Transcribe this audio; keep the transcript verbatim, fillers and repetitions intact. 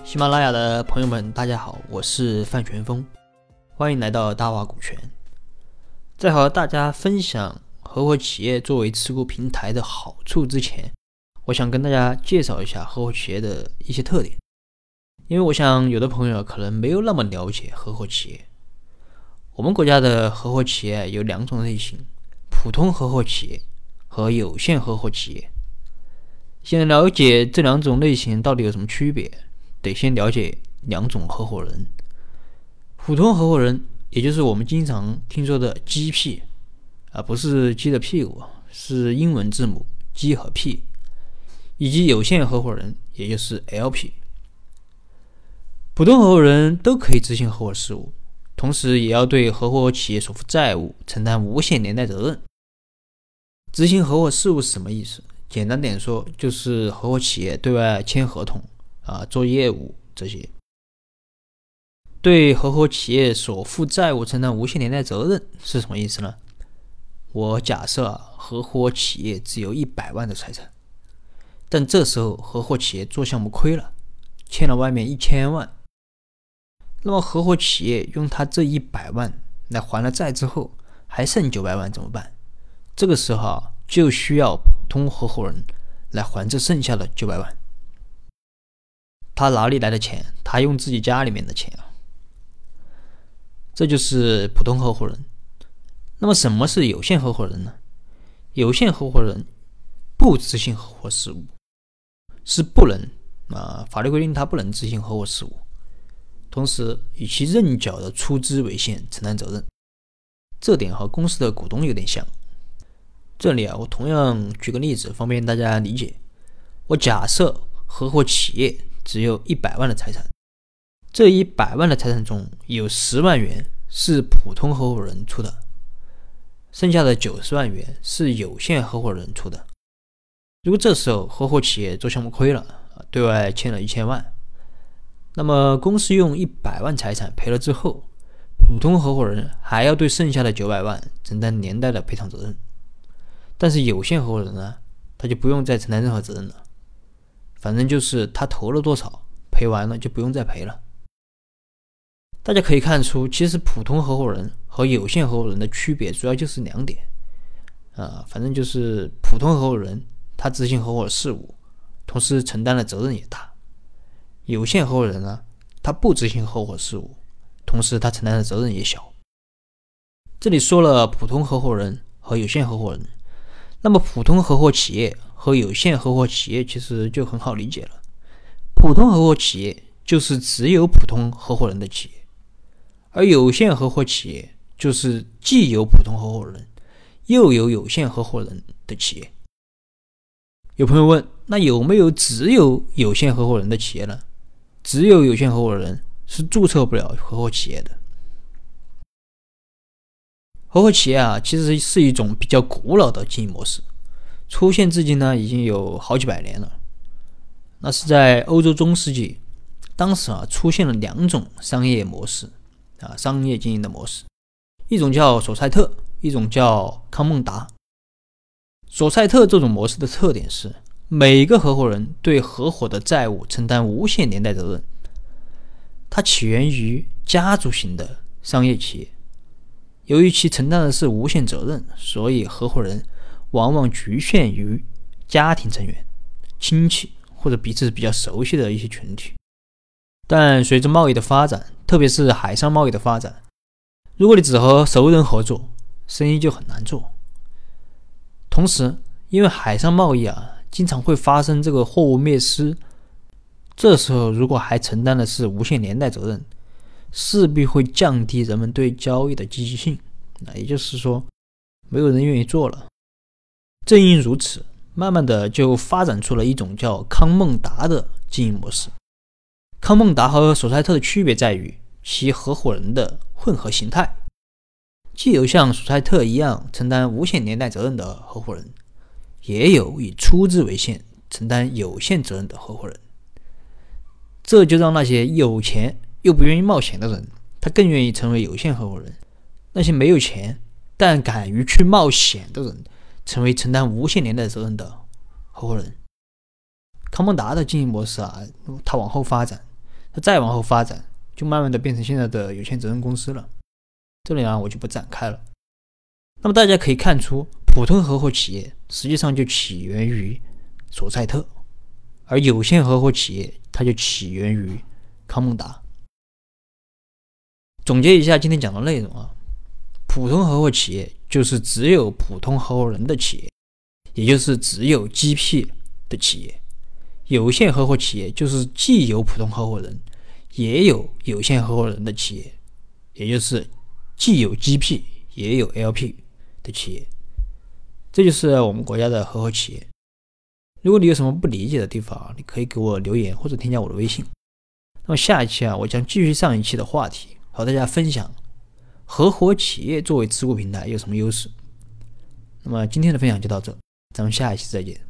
喜马拉雅的朋友们，大家好，我是范全峰，欢迎来到大话股权。在和大家分享合伙企业作为持股平台的好处之前，我想跟大家介绍一下合伙企业的一些特点。因为我想有的朋友可能没有那么了解合伙企业。我们国家的合伙企业有两种类型，普通合伙企业和有限合伙企业。想了解这两种类型到底有什么区别，得先了解两种合伙人。普通合伙人，也就是我们经常听说的 G P， 而不是鸡的屁股，是英文字母 G 和 P， 以及有限合伙人，也就是 L P。 普通合伙人都可以执行合伙事务，同时也要对合伙企业所负债务承担无限连带责任。执行合伙事务是什么意思？简单点说，就是合伙企业对外签合同啊，做业务这些。对合伙企业所负债务承担无限连带责任是什么意思呢？我假设啊，合伙企业只有一百万的财产，但这时候合伙企业做项目亏了，欠了外面一千万。那么合伙企业用他这一百万来还了债之后，还剩九百万怎么办？这个时候啊，就需要普通合伙人来还这剩下的九百万。他哪里来的钱？他用自己家里面的钱啊。这就是普通合伙人。那么什么是有限合伙人呢？有限合伙人不执行合伙事务，是不能啊，法律规定他不能执行合伙事务，同时以其认缴的出资为限承担责任。这点和公司的股东有点像。这里啊，我同样举个例子，方便大家理解。我假设合伙企业只有一百万的财产，这一百万的财产中有十万元是普通合伙人出的，剩下的九十万元是有限合伙人出的。如果这时候合伙企业做项目亏了，对外欠了一千万，那么公司用一百万财产赔了之后，普通合伙人还要对剩下的九百万承担连带的赔偿责任。但是有限合伙人呢，他就不用再承担任何责任了，反正就是他投了多少，赔完了就不用再赔了。大家可以看出，其实普通合伙人和有限合伙人的区别主要就是两点啊，反正就是普通合伙人他执行合伙事务，同时承担的责任也大；有限合伙人呢，他不执行合伙事务，同时他承担的责任也小。这里说了普通合伙人和有限合伙人，那么普通合伙企业和有限合伙企业其实就很好理解了。普通合伙企业就是只有普通合伙人的企业，而有限合伙企业就是既有普通合伙人又有有限合伙人的企业。有朋友问，那有没有只有有限合伙人的企业呢？只有有限合伙人是注册不了合伙企业的。合伙企业啊，其实是一种比较古老的经营模式，出现至今呢已经有好几百年了。那是在欧洲中世纪，当时啊出现了两种商业模式啊，商业经营的模式，一种叫索塞特，一种叫康孟达。索塞特这种模式的特点是，每个合伙人对合伙的债务承担无限连带责任。它起源于家族型的商业企业。由于其承担的是无限责任，所以合伙人往往局限于家庭成员、亲戚或者彼此比较熟悉的一些群体。但随着贸易的发展，特别是海上贸易的发展，如果你只和熟人合作，生意就很难做。同时，因为海上贸易啊，经常会发生这个货物灭失，这时候如果还承担的是无限连带责任，势必会降低人们对交易的积极性，那也就是说，没有人愿意做了。正因如此，慢慢的就发展出了一种叫康孟达的经营模式。康孟达和索塞特的区别在于其合伙人的混合形态，既有像索塞特一样承担无限连带责任的合伙人，也有以出资为限承担有限责任的合伙人。这就让那些有钱又不愿意冒险的人，他更愿意成为有限合伙人；那些没有钱但敢于去冒险的人，成为承担无限连带责任的合伙人。康孟达的经营模式啊，它往后发展， 它再往后发展，就慢慢的变成现在的有限责任公司了。这里啊我就不展开了。那么大家可以看出，普通合伙企业实际上就起源于索赛特，而有限合伙企业它就起源于康梦达。总结一下今天讲的内容啊，普通合伙企业就是只有普通合伙人的企业，也就是只有 G P 的企业。有限合伙企业就是既有普通合伙人也有有限合伙人的企业，也就是既有 G P 也有 L P 的企业。这就是我们国家的合伙企业。如果你有什么不理解的地方，你可以给我留言或者添加我的微信。那么下一期啊，我将继续上一期的话题，和大家分享合伙企业作为持股平台有什么优势。那么今天的分享就到这，咱们下一期再见。